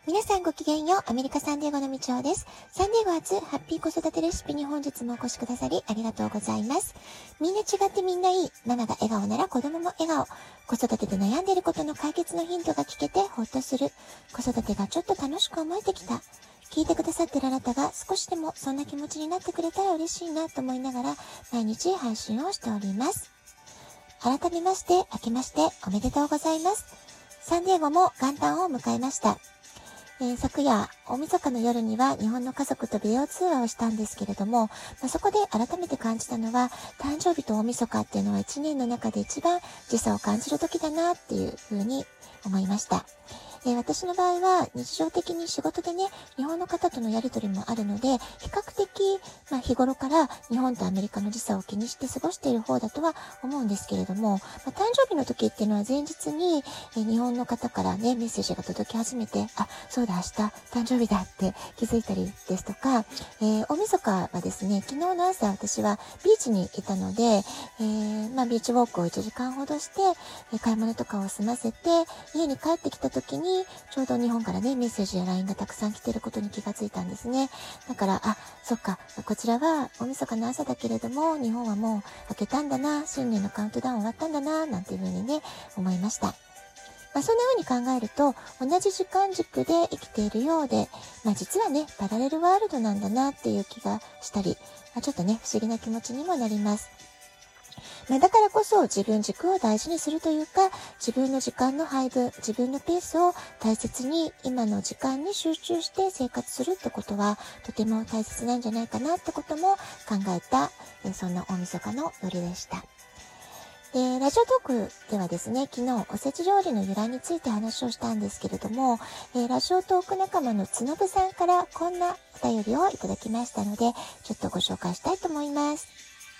皆さんごきげんよう。アメリカサンディエゴのみちおです。サンディエゴ初ハッピー子育てレシピに本日もお越しくださりありがとうございます。みんな違ってみんないい。ママが笑顔なら子供も笑顔。子育てで悩んでいることの解決のヒントが聞けてほっとする。子育てがちょっと楽しく思えてきた。聞いてくださっているあなたが少しでもそんな気持ちになってくれたら嬉しいなと思いながら毎日配信をしております。改めまして明けましておめでとうございます。サンディエゴも元旦を迎えました。昨夜、大晦日の夜には日本の家族とビデオ通話をしたんですけれども、そこで改めて感じたのは、誕生日と大晦日っていうのは一年の中で一番時差を感じる時だなっていうふうに思いました。私の場合は日常的に仕事でね、日本の方とのやりとりもあるので、比較的、日頃から日本とアメリカの時差を気にして過ごしている方だとは思うんですけれども、誕生日の時っていうのは前日に、日本の方からね、メッセージが届き始めて、あ、そうだ、明日誕生日だって気づいたりですとか、大晦日はですね、昨日の朝私はビーチにいたので、ビーチウォークを1時間ほどして、買い物とかを済ませて、家に帰ってきた時に、ちょうど日本からね、メッセージや LINE がたくさん来ていることに気がついたんですね。だから、そっか、こちらは大晦日の朝だけれども、日本はもう明けたんだな、新年のカウントダウン終わったんだな、なんていうふうにね、思いました。そんな風に考えると、同じ時間軸で生きているようで、実はね、パラレルワールドなんだなっていう気がしたり、ちょっとね、不思議な気持ちにもなります。だからこそ自分軸を大事にするというか、自分の時間の配分、自分のペースを大切に今の時間に集中して生活するってことはとても大切なんじゃないかなってことも考えた、そんな大晦日の夜でした。ラジオトークではですね、昨日おせち料理の由来について話をしたんですけれども、ラジオトーク仲間のつのぶさんからこんなお便りをいただきましたので、ちょっとご紹介したいと思います。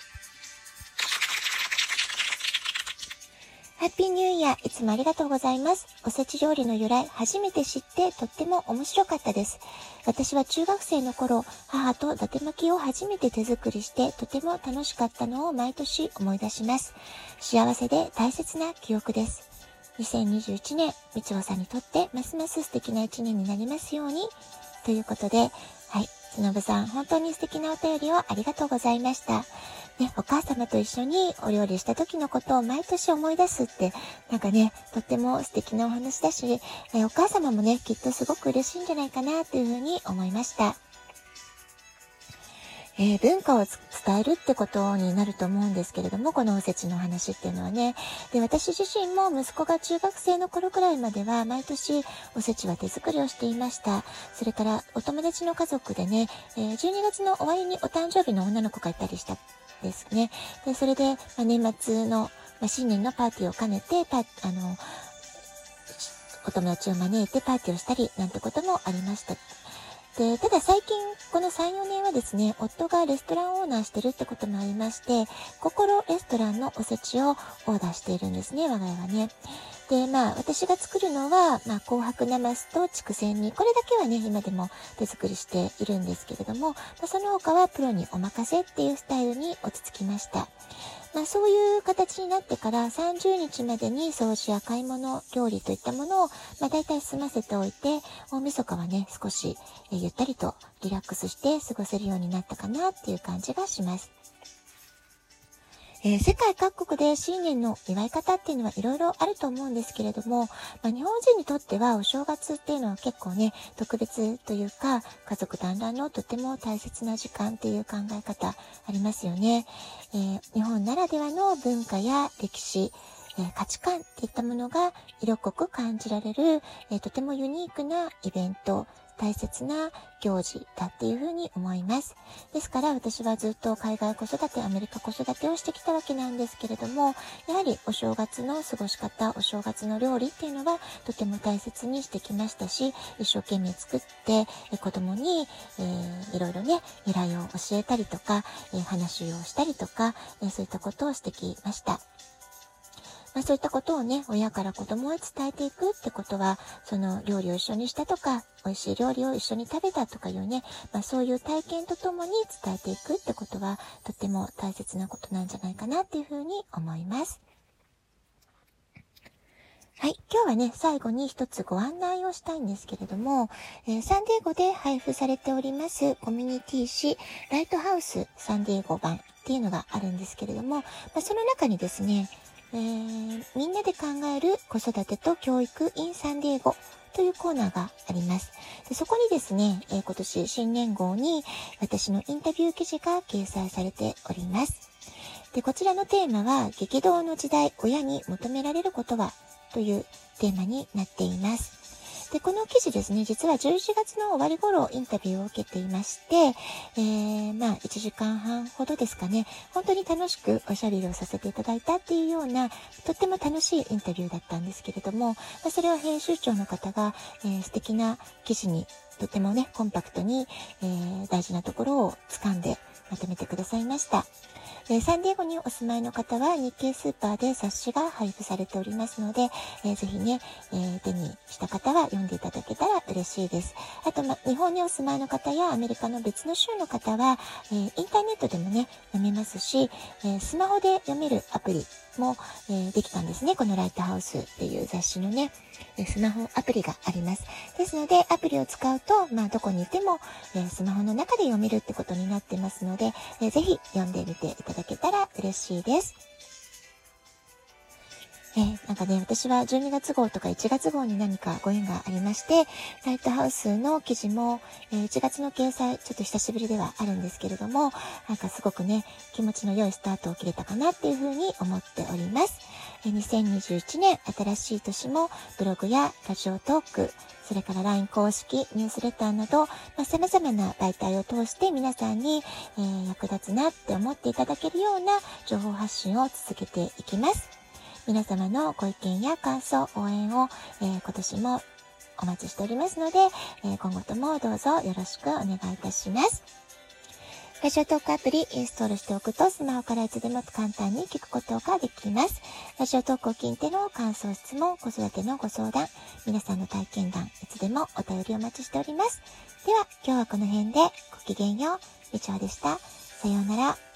ハッピーニューイヤー、いつもありがとうございます。おせち料理の由来、初めて知ってとっても面白かったです。私は中学生の頃、母と伊達巻きを初めて手作りして、とても楽しかったのを毎年思い出します。幸せで大切な記憶です。2021年、みつおさんにとってますます素敵な一年になりますように。ということで、はい、つのぶさん、本当に素敵なお便りをありがとうございました。ね、お母様と一緒にお料理した時のことを毎年思い出すって、なんかね、とっても素敵なお話だし、お母様もね、きっとすごく嬉しいんじゃないかなというふうに思いました。文化を伝えるってことになると思うんですけれども、このおせちの話っていうのはね。で、私自身も息子が中学生の頃くらいまでは毎年おせちは手作りをしていました。それからお友達の家族でね、12月の終わりにお誕生日の女の子がいたりしたですね。で、それで、年末の、新年のパーティーを兼ねて、お友達を招いてパーティーをしたりなんてこともありました。で、ただ最近、この3、4年はですね、夫がレストランオーナーしてるってこともありまして、心レストランのおせちをオーダーしているんですね、我が家はね。で、私が作るのは、紅白なますと筑前煮。これだけはね、今でも手作りしているんですけれども、その他はプロにお任せっていうスタイルに落ち着きました。そういう形になってから30日までに掃除や買い物、料理といったものを、だいたい済ませておいて、大晦日はね、少し、ゆったりとリラックスして過ごせるようになったかなっていう感じがします。世界各国で新年の祝い方っていうのはいろいろあると思うんですけれども、日本人にとってはお正月っていうのは結構ね、特別というか、家族団らんのとても大切な時間っていう考え方ありますよね。日本ならではの文化や歴史、価値観っていったものが色濃く感じられる、とてもユニークなイベント、大切な行事だっていうふうに思います。ですから私はずっと海外子育て、アメリカ子育てをしてきたわけなんですけれども、やはりお正月の過ごし方、お正月の料理っていうのはとても大切にしてきましたし、一生懸命作って子供に、いろいろね、由来を教えたりとか、話をしたりとか、そういったことをしてきました。そういったことをね、親から子供へ伝えていくってことは、その料理を一緒にしたとか、美味しい料理を一緒に食べたとかいうね、そういう体験とともに伝えていくってことは、とても大切なことなんじゃないかなっていうふうに思います。 はい。今日はね、最後に一つご案内をしたいんですけれども、サンディエゴで配布されておりますコミュニティ誌ライトハウスサンディエゴ版っていうのがあるんですけれども、その中にですね、みんなで考える子育てと教育 in サンディエゴというコーナーがあります。でそこにですね、今年新年号に私のインタビュー記事が掲載されております。で、こちらのテーマは、激動の時代、親に求められることはというテーマになっています。で、この記事ですね、実は11月の終わり頃インタビューを受けていまして、1時間半ほどですかね、本当に楽しくおしゃべりをさせていただいたっていうような、とっても楽しいインタビューだったんですけれども、それを編集長の方が、素敵な記事に、とてもね、コンパクトに、大事なところを掴んでまとめてくださいました。サンディエゴにお住まいの方は日系スーパーで冊子が配布されておりますので、ぜひね、手にした方は読んでいただけたら嬉しいです。あと、日本にお住まいの方やアメリカの別の州の方は、インターネットでもね、読めますし、スマホで読めるアプリも、できたんですね。このライトハウスっていう雑誌のね、スマホアプリがあります。ですので、アプリを使うと、どこにいても、スマホの中で読めるってことになってますので、ぜひ読んでみていただけたら嬉しいです。なんかね、私は12月号とか1月号に何かご縁がありまして、ライトハウスの記事も、1月の掲載、ちょっと久しぶりではあるんですけれども、なんかすごくね、気持ちの良いスタートを切れたかなっていうふうに思っております。2021年、新しい年もブログやラジオトーク、それから LINE 公式、ニュースレターなど、様々な媒体を通して皆さんに、役立つなって思っていただけるような情報発信を続けていきます。皆様のご意見や感想、応援を、今年もお待ちしておりますので、今後ともどうぞよろしくお願いいたします。ラジオトークアプリインストールしておくとスマホからいつでも簡単に聞くことができます。ラジオトークを聞いての感想、質問、子育てのご相談、皆さんの体験談、いつでもお便りお待ちしております。では今日はこの辺でごきげんよう。みちょでした。さようなら。